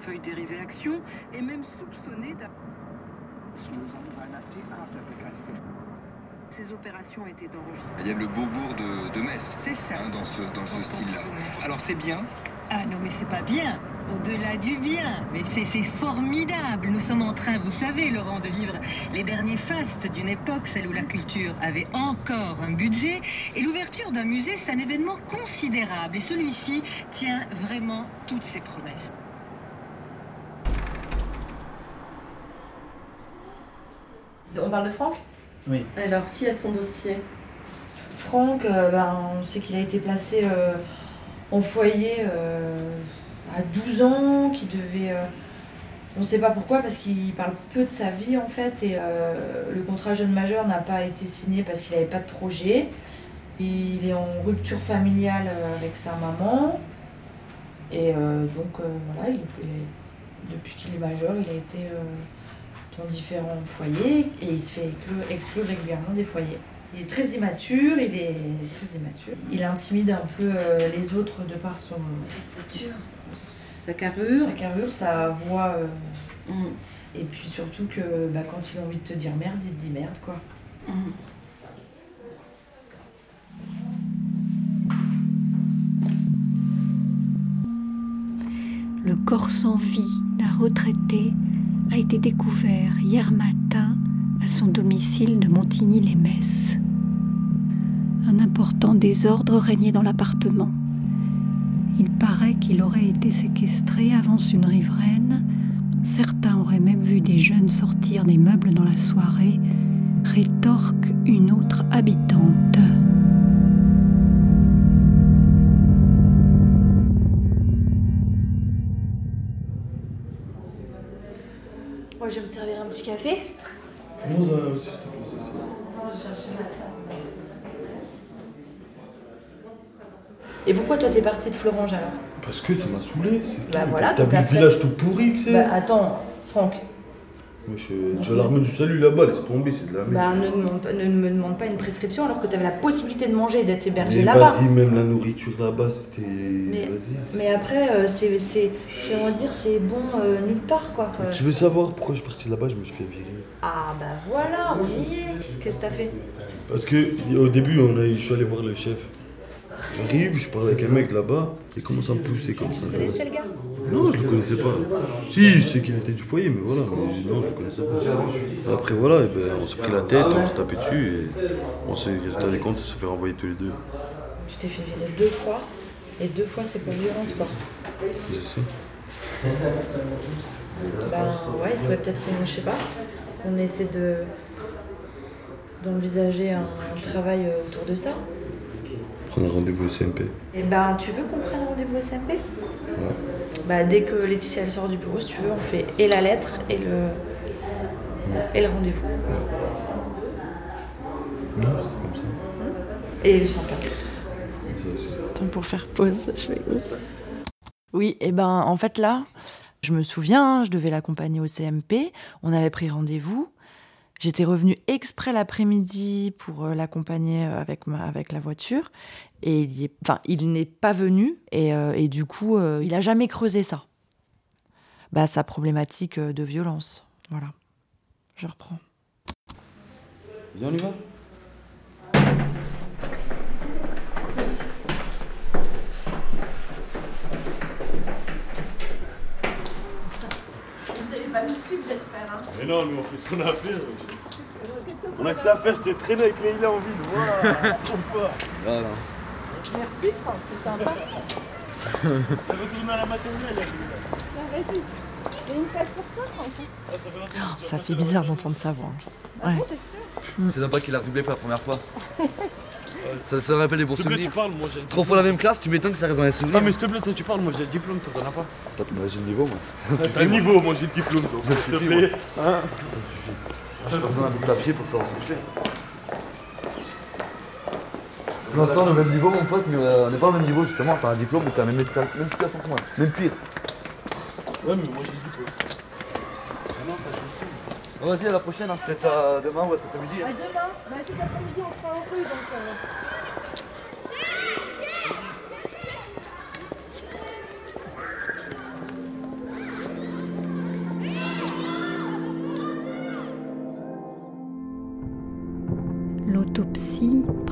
portefeuille Dérivé Action est même soupçonné d'avoir... Ces opérations étaient enregistrées. Il y a le Beaubourg de Metz, C'est ça. dans ce style-là. Alors c'est bien. Ah non, mais c'est pas bien. Au-delà du bien. Mais c'est formidable. Nous sommes en train, vous savez, Laurent, de vivre les derniers fastes d'une époque, celle où la culture avait encore un budget. Et l'ouverture d'un musée, c'est un événement considérable. Et celui-ci tient vraiment toutes ses promesses. On parle de Franck ? Oui. Alors, qui a son dossier ? Franck, on sait qu'il a été placé en foyer à 12 ans, qu'il devait... on ne sait pas pourquoi, parce qu'il parle peu de sa vie en fait, et le contrat jeune majeur n'a pas été signé parce qu'il n'avait pas de projet. Il est en rupture familiale avec sa maman, et voilà, depuis qu'il est majeur, il a été dans différents foyers, et il se fait exclure régulièrement des foyers. Il est très immature, il intimide un peu les autres de par son... Sa stature, sa carrure. Sa voix. Et puis surtout que quand il a envie de te dire merde, il te dit merde, quoi. Le corps sans vie d'un retraité a été découvert hier matin à son domicile de Montigny-lès-Metz. Un important désordre régnait dans l'appartement. Il paraît qu'il aurait été séquestré, avance une riveraine. Certains auraient même vu des jeunes sortir des meubles dans la soirée, rétorque une autre habitante. Moi, je vais me servir un petit café. Moi, ça aussi, s'il te plaît, ça. Je cherchais ma tasse. Et pourquoi toi t'es partie de Florange alors ? Parce que ça m'a saulé. Bah voilà, t'as donc vu le après- village tout pourri que c'est. Bah attends, Franck, Moi, j'ai l'armée du salut là-bas, laisse tomber, c'est de la merde. ne me demande pas une prescription alors que t'avais la possibilité de manger et d'être hébergé Mais là-bas. vas-y, même la nourriture là-bas, c'était. Vas-y. Mais après, j'aimerais dire, c'est bon nulle part quoi. Tu veux savoir pourquoi je suis parti là-bas, je me suis fait virer. Ah bah voilà, on y est. Qu'est-ce que t'as fait ? Parce que au début, je suis allé voir le chef. J'arrive, je parle avec un mec là-bas, il commence à me pousser comme ça. Tu connaissais le gars ? Non, je le connaissais pas. Si, je sais qu'il était du foyer, mais voilà. Mais non, je le connaissais pas. Après, voilà, on s'est pris la tête, on s'est tapé dessus et on s'est, résultat des comptes, on s'est fait renvoyer tous les deux. Tu t'es fait virer 2 fois, et 2 fois c'est pour violence quoi. C'est ça. Ouais, il faudrait peut-être qu'on essaie d'envisager un travail autour de ça. Prendre un rendez-vous au CMP. Et tu veux qu'on prenne rendez-vous au CMP ? Ouais. Dès que Laetitia elle sort du bureau, si tu veux, on fait et la lettre et le rendez-vous. Non, c'est comme ça. Et le 115. Attends, pour faire pause, je vais... Oui, et en fait là, je me souviens, je devais l'accompagner au CMP, on avait pris rendez-vous. J'étais revenue exprès l'après-midi pour l'accompagner avec la voiture. Et il n'est pas venu. Et du coup, il n'a jamais creusé ça. Sa problématique de violence. Voilà. Je reprends. Viens, on y va. Vous n'allez pas nous suivre, j'espère. Mais non, nous on fait ce qu'on a à faire. On a que ça à faire, c'est traîner avec Leïla en ville. Voilà, voilà. Merci Franck, c'est sympa. Elle veut tourner à la maternelle, Vas-y. Il y a une place pour toi, Franck. Ça fait bizarre d'entendre sa voix. Ouais. C'est sympa qu'il a redoublé pour la première fois. Ça rappelle les bons S'il te plaît, souvenirs. tu parles, moi j'ai le 3 fois la même classe, tu m'étonnes que ça reste dans les souvenirs. Ah, mais s'il te plaît, toi tu parles, moi j'ai le diplôme, toi t'en as pas. J'ai le niveau, moi. T'as le niveau, moi j'ai le diplôme, donc s'il te plaît. Hein. J'ai pas besoin d'un bout de papier pour savoir ce que je fais. Pour l'instant, on est au même niveau, mon pote, mais on n'est pas au même niveau, justement. T'as un diplôme, mais t'as la même situation que moi. Même pire. Ouais, mais moi j'ai le diplôme. Vas-y, à la prochaine, hein. Peut-être demain ou cet après-midi. À demain, cet après-midi, on sera en rue, donc...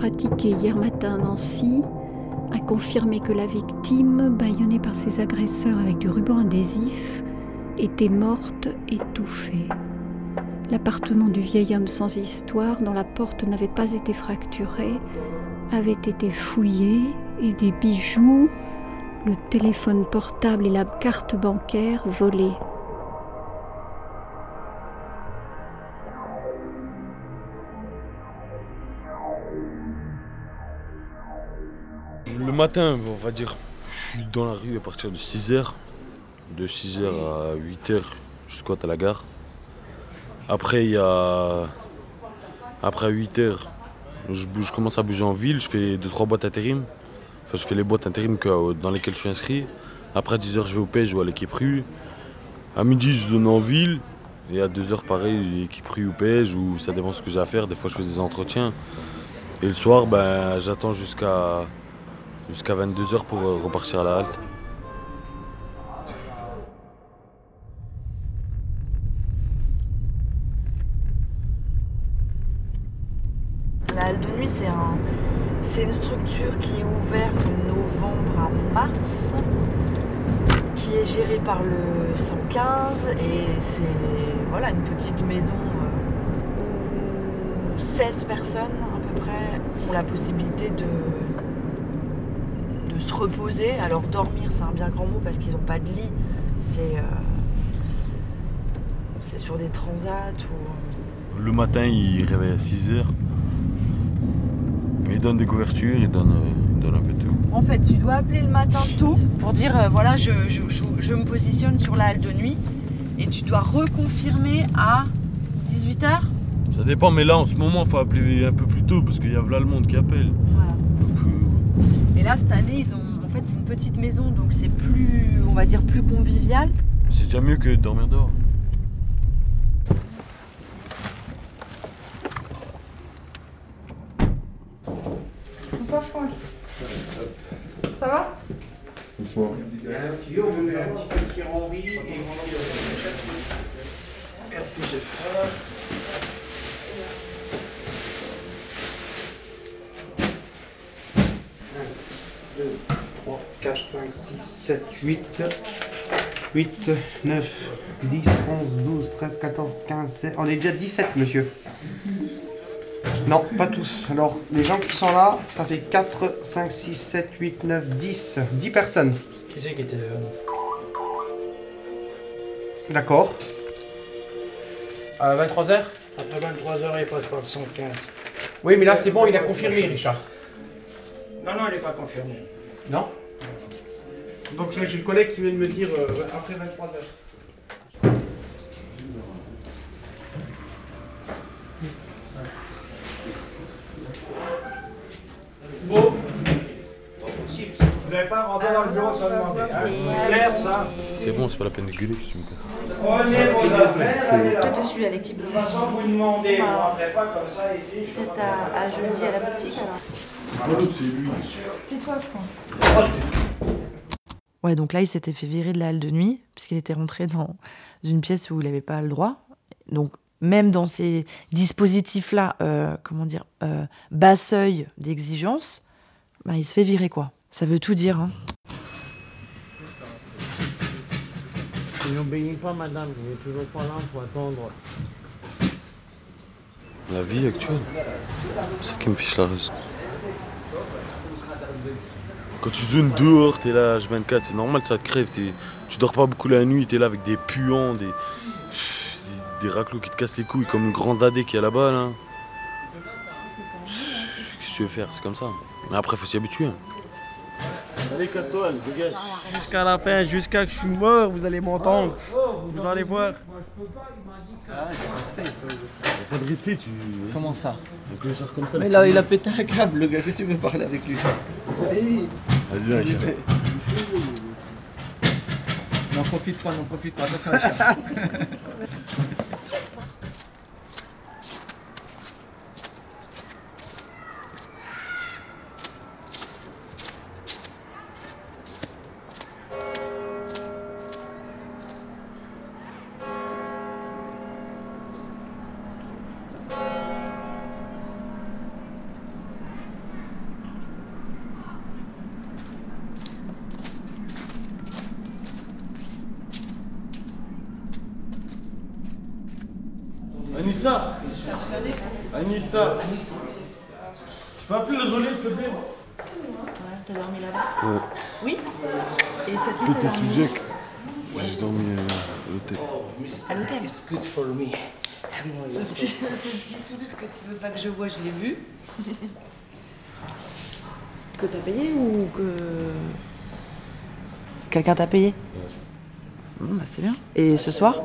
pratiqué hier matin à Nancy a confirmé que la victime, bâillonnée par ses agresseurs avec du ruban adhésif, était morte étouffée. L'appartement du vieil homme sans histoire, dont la porte n'avait pas été fracturée, avait été fouillé et des bijoux, le téléphone portable et la carte bancaire volés. Le matin, on va dire, je suis dans la rue à partir de 6h. De 6h à 8h, je squatte à la gare. Après, après 8h, je commence à bouger en ville. Je fais 2-3 boîtes intérim. Enfin, je fais les boîtes intérim dans lesquelles je suis inscrit. Après 10h, je vais au pêche, je joue à l'équipe rue. À midi, je donne en ville. Et à 2h, pareil, équipe rue ou pêche, ou ça dépend ce que j'ai à faire. Des fois, je fais des entretiens. Et le soir, j'attends jusqu'à 22h pour repartir à la halte. La halle de nuit, c'est une structure qui est ouverte de novembre à mars, qui est gérée par le 115 et c'est une petite maison où 16 personnes à peu près ont la possibilité de se reposer. Alors dormir, c'est un bien grand mot parce qu'ils n'ont pas de lit, c'est sur des transats ou... Le matin, il réveille à 6h. Il donne des couvertures, il donne un peu de tout. En fait, tu dois appeler le matin tôt pour dire je me positionne sur la halle de nuit et tu dois reconfirmer à 18h. Ça dépend, mais là en ce moment, il faut appeler un peu plus tôt parce qu'il y a là le monde qui appelle. Voilà. Et là, cette année, c'est une petite maison, donc c'est plus, on va dire, plus convivial. C'est déjà mieux que de dormir dehors. Bonsoir Franck. Ça va? Bonsoir. Merci chef. 1, 2, 3, 4, 5, 6, 7, 8, 9, 10, 11, 12, 13, 14, 15, 16. On est déjà 17, monsieur. Non, pas tous. Alors, les gens qui sont là, ça fait 4, 5, 6, 7, 8, 9, 10. 10 personnes. Qui c'est qui était là? D'accord. À 23h? Après 23h, il passe par le 115. Oui, mais là, c'est bon, il a confirmé, Richard. Non, il n'est pas confirmé. Non? Donc, j'ai le collègue qui vient de me dire après 23h. Bon. Vous n'avez pas rentré dans le bureau sans demander. Hein? Clair, ça? C'est bon, c'est pas la peine de gueuler que tu me casses. Prenez vos affaires, allez là. Toi, je suis à l'équipe. De toute façon, vous demandez, vous ne rentrez pas comme ça ici. Peut-être à jeudi à la boutique alors. L'autre, c'est lui. Tais-toi, Franck. Ouais, donc là, il s'était fait virer de la halle de nuit, puisqu'il était rentré dans une pièce où il n'avait pas le droit. Donc, même dans ces dispositifs-là, bas seuil d'exigence, il se fait virer, quoi. Ça veut tout dire, hein. Il n'obéit pas, madame. Il n'est toujours pas là, il faut attendre. La vie actuelle, c'est ça qui me fiche la raison. Quand tu zones dehors, t'es là H24, c'est normal, ça te crève. Tu dors pas beaucoup la nuit, t'es là avec des puants, des raclots qui te cassent les couilles, comme une grande dadé qui est là-bas, là. Qu'est-ce que tu veux faire? C'est comme ça. Mais après, faut s'y habituer. Allez, casse-toi, dégage. Jusqu'à la fin, jusqu'à que je suis mort, vous allez m'entendre. Vous allez voir. Ah, respect. Pas de respect, tu. Comment ça? Un clochard comme ça. Mais là, il a pété un câble, le gars. Qu'est-ce que tu veux parler avec lui? Vas-y, viens, Richard. N'en profite pas, attention, Richard. Anissa. Anissa. Tu peux appeler le relais, s'il te plaît? Ouais, t'as dormi là-bas? Ouais. Oui? Et cette nuit, t'as dormi où? J'ai dormi à l'hôtel. À l'hôtel? Ce petit sourire que tu veux pas que je vois, je l'ai vu. Que t'as payé ou que... Quelqu'un t'a payé? Ouais. Bah c'est bien. Et ce soir?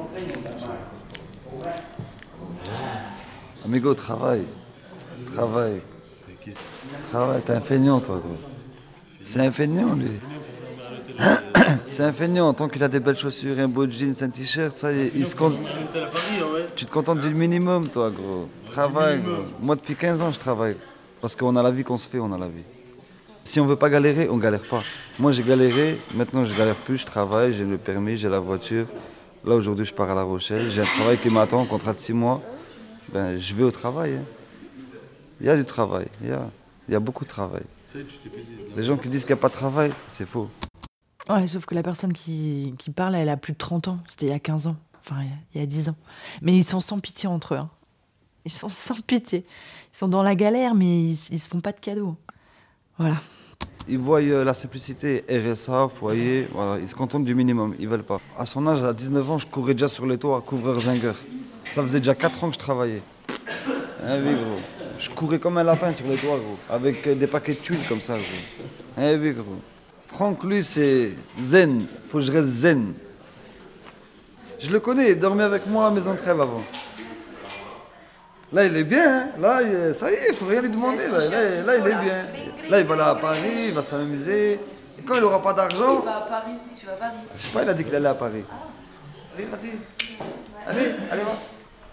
Amigo, travaille. Travaille, t'es un feignant, toi, gros. C'est un feignant, lui. C'est un feignant. Tant qu'il a des belles chaussures, un beau jeans, un t-shirt, ça y est, il se compte. Tu te contentes du minimum, toi, gros. Travaille, gros. Moi, depuis 15 ans, je travaille. Parce qu'on a la vie qu'on se fait, on a la vie. Si on veut pas galérer, on galère pas. Moi, j'ai galéré, maintenant, je galère plus, je travaille, j'ai le permis, j'ai la voiture. Là, aujourd'hui, je pars à La Rochelle, j'ai un travail qui m'attend, contrat de 6 mois. Ben, je vais au travail. Hein. Il y a du travail, il y a beaucoup de travail. Les gens qui disent qu'il n'y a pas de travail, c'est faux. Ouais, sauf que la personne qui parle, elle a plus de 30 ans. C'était il y a 15 ans. Enfin, il y a 10 ans. Mais ils sont sans pitié entre eux. Hein. Ils sont sans pitié. Ils sont dans la galère, mais ils se font pas de cadeaux. Voilà. Ils voient la simplicité, RSA, foyer, voilà. Ils se contentent du minimum, ils veulent pas. À son âge, à 19 ans, je courais déjà sur les toits, couvreur-zingueur. Ça faisait déjà 4 ans que je travaillais. Ah oui, gros. Je courais comme un lapin sur les toits, gros. Avec des paquets de tuiles comme ça, gros. Ah oui, gros. Franck, lui, c'est zen. Faut que je reste zen. Je le connais, il dormait avec moi à Maison de Trêve avant. Là, il est bien, hein. Là, ça y est, il faut rien lui demander. Là, il est bien. Là, il va aller à Paris, il va s'amuser. Et quand il n'aura pas d'argent... Il va à Paris, tu vas à Paris. Je sais pas, il a dit qu'il allait à Paris. Allez, vas-y. Allez, va.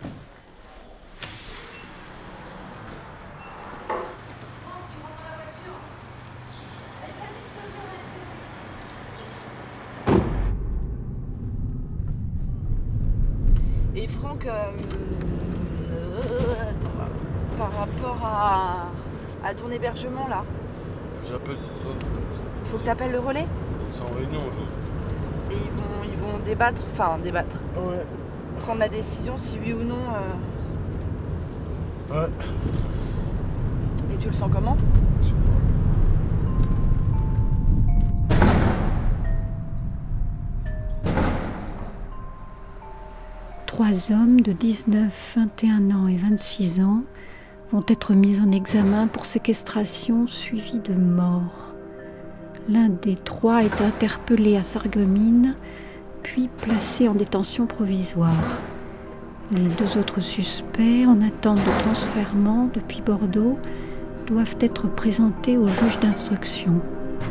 Et Franck, par rapport à ton hébergement là, J'appelle ce soir. faut que tu appelles le relais. Ils sont en réunion aujourd'hui. Et ils vont débattre. Ouais. Prendre la décision si oui ou non. Ouais. Et tu le sens comment? Je sais pas. 3 hommes de 19, 21 ans et 26 ans vont être mis en examen pour séquestration suivie de mort. L'un des 3 est interpellé à Sarreguemines, puis placé en détention provisoire. Les 2 autres suspects, en attente de transfèrement depuis Bordeaux, doivent être présentés au juge d'instruction.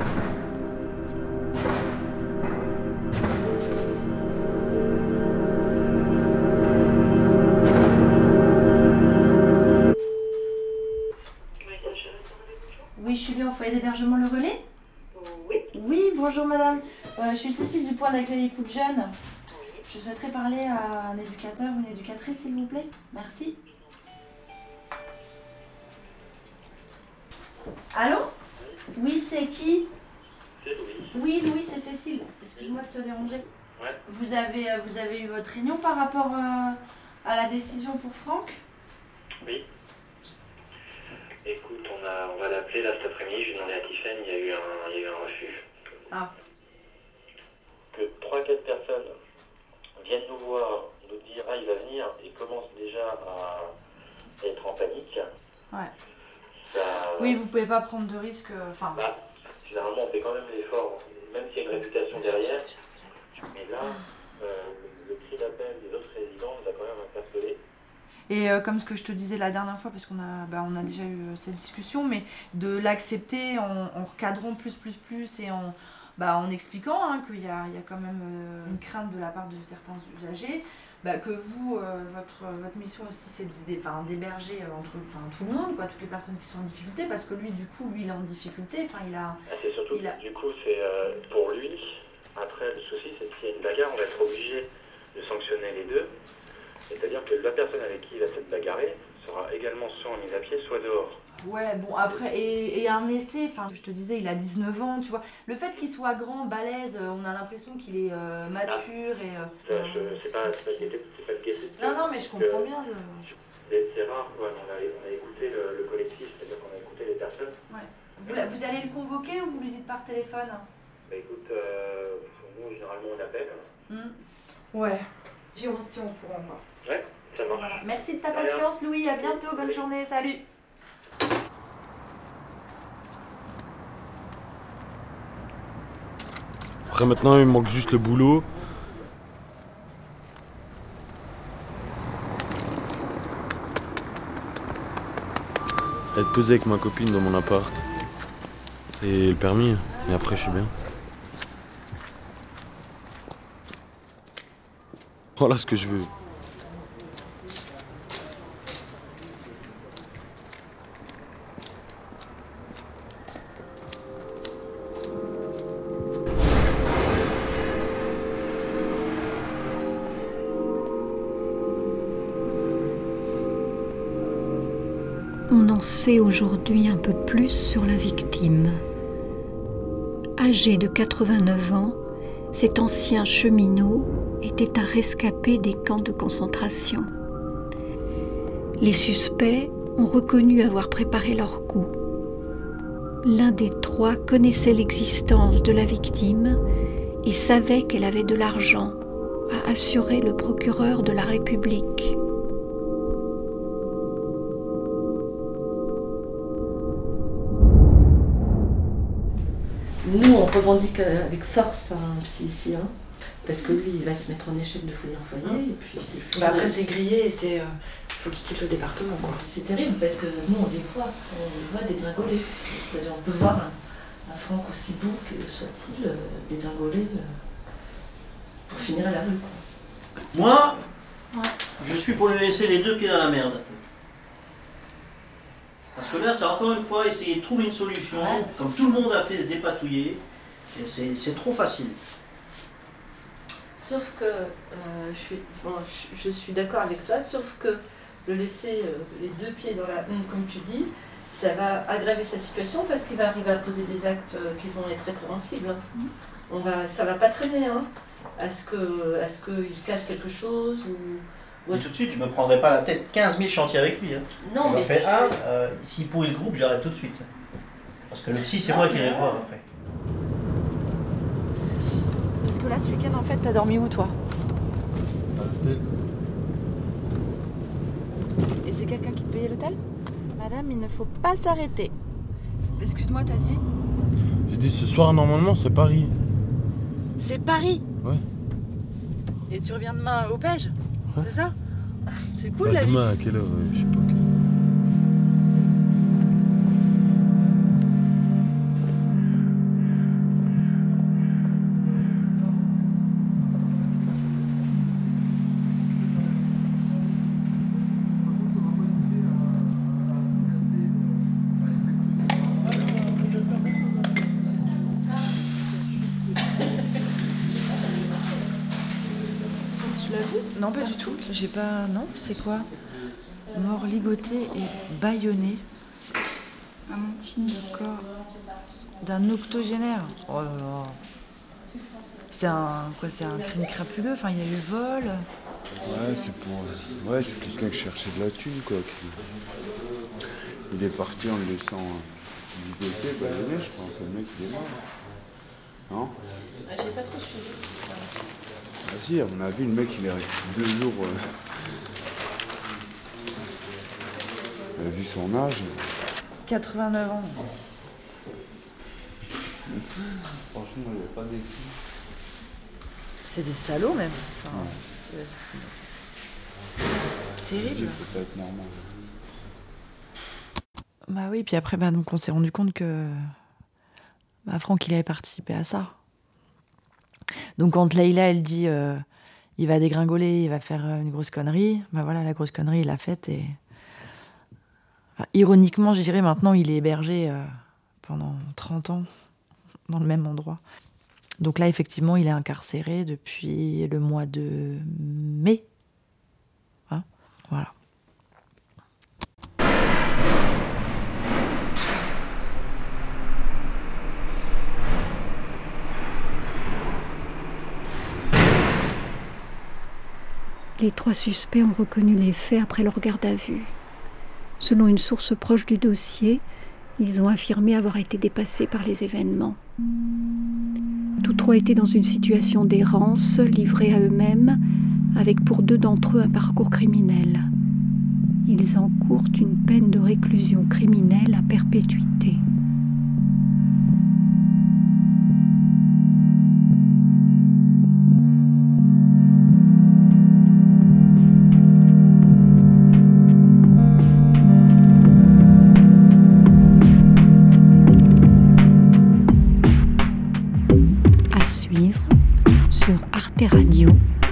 Oui, je suis bien au foyer d'hébergement Le Relais? Oui. Oui, bonjour madame. Je suis Cécile du point d'accueil Écoute Jeune. Je souhaiterais parler à un éducateur ou une éducatrice, s'il vous plaît. Merci. Allô? Oui, c'est qui? C'est Louis. Oui, Louis, c'est Cécile. Excuse-moi de te déranger. Ouais. Vous avez eu votre réunion par rapport à la décision pour Franck? Oui. Écoute, on va l'appeler là cet après-midi. Je lui ai demandé à Tiffany, il y a eu un refus. Ah. Que 3-4 personnes viennent nous voir, nous dire il va venir et commencent déjà à être en panique. Ouais. Ça... Oui, vous pouvez pas prendre de risques. Généralement, on fait quand même l'effort, même s'il y a une réputation derrière. Mais là, le cri d'appel des autres résidents nous a quand même interpellés. Et comme ce que je te disais la dernière fois, parce qu'on a déjà eu cette discussion, mais de l'accepter en recadrant plus et en expliquant qu'il y a quand même une crainte de la part de certains usagers, que vous, votre mission aussi, c'est d'héberger tout le monde, toutes les personnes qui sont en difficulté, parce que lui, il est en difficulté. C'est surtout du coup, c'est pour lui. Après, le souci, c'est que s'il y a une bagarre, on va être obligé de sanctionner les 2. C'est-à-dire que la personne avec qui il va s'être bagarré sera également soit en mise à pied, soit dehors. Ouais, bon, après, et un essai, enfin, je te disais, il a 19 ans, tu vois. Le fait qu'il soit grand, balèze, on a l'impression qu'il est mature et... C'est pas le guesser. Non, mais je comprends bien. C'est rare, quoi. On a écouté le collectif, c'est-à-dire qu'on a écouté les personnes. Ouais. Vous allez le convoquer ou vous lui dites par téléphone? Bah écoute, nous, généralement, on appelle. Ouais. Puis on se tient au courant, quoi. Ouais, ça marche. Voilà. Merci de ta patience, Louis. À bientôt. Bonne journée. Salut. Après maintenant il me manque juste le boulot. Être posé avec ma copine dans mon appart. Et le permis. Et après je suis bien. Voilà ce que je veux. On en sait aujourd'hui un peu plus sur la victime. Âgé de 89 ans, cet ancien cheminot était un rescapé des camps de concentration. Les suspects ont reconnu avoir préparé leur coup. L'un des trois connaissait l'existence de la victime et savait qu'elle avait de l'argent, a assuré le procureur de la République. Nous, on revendique avec force un psy ici, hein, parce que lui, il va se mettre en échec de foyer en foyer, et puis c'est Après, c'est grillé et il faut qu'il quitte le département, quoi. C'est terrible, parce que nous, on les voit dégringoler. C'est-à-dire, on peut voir un Franck aussi beau que soit-il dégringoler pour finir à la rue, quoi. Moi, je suis pour lui laisser les deux pieds dans la merde. Parce que là, c'est encore une fois essayer de trouver une solution, comme tout le monde a fait se dépatouiller, et c'est trop facile. Sauf que, je suis d'accord avec toi, sauf que le laisser les deux pieds dans la honte, comme tu dis, ça va aggraver sa situation parce qu'il va arriver à poser des actes qui vont être répréhensibles. Ça va pas traîner, hein, à ce qu'il casse quelque chose ou... Et tout de suite, je me prendrai pas la tête 15 000 chantiers avec lui. Hein. Non, j'en fais un, s'il pourrit le groupe, j'arrête tout de suite. Parce que le psy, c'est moi qui irai voir après. Parce que là, ce week-end, en fait, t'as dormi où, toi? À l'hôtel. Et c'est quelqu'un qui te payait l'hôtel? Madame, il ne faut pas s'arrêter. Excuse-moi, t'as dit? J'ai dit ce soir, normalement, c'est Paris. C'est Paris? Ouais. Et tu reviens demain au Pège? Ouais. C'est ça? C'est cool, la vie. Demain, à quelle heure? Je sais pas. Non, pas du tout. J'ai pas... Non, c'est quoi? Mort ligoté et bâillonné. Amantine, le corps d'un octogénaire. Oh là là. C'est un crime crapuleux. Enfin, il y a eu vol. Ouais, c'est pour... Ouais, c'est quelqu'un qui cherchait de la thune, quoi. Il est parti en le laissant ligoté, bâillonné, je pense. Le mec, il est mort. Non? J'ai pas trop suivi ce truc-là. Ah si, à mon avis, le mec, il est resté 2 jours... vu son âge... 89 ans. Franchement, il n'y a pas d'écrit. C'est des salauds, même. Enfin, ouais. C'est terrible. C'est peut-être normal. Bah oui, puis après, donc on s'est rendu compte que Franck, il avait participé à ça. Donc quand Leïla, elle dit il va dégringoler, il va faire une grosse connerie, voilà, la grosse connerie, il l'a faite. Et ironiquement, je dirais, maintenant, il est hébergé pendant 30 ans dans le même endroit. Donc là, effectivement, il est incarcéré depuis le mois de mai. Hein, voilà. Les 3 suspects ont reconnu les faits après leur garde à vue. Selon une source proche du dossier, ils ont affirmé avoir été dépassés par les événements. Tous 3 étaient dans une situation d'errance, livrés à eux-mêmes, avec pour 2 d'entre eux un parcours criminel. Ils encourent une peine de réclusion criminelle à perpétuité. À suivre sur Arte Radio.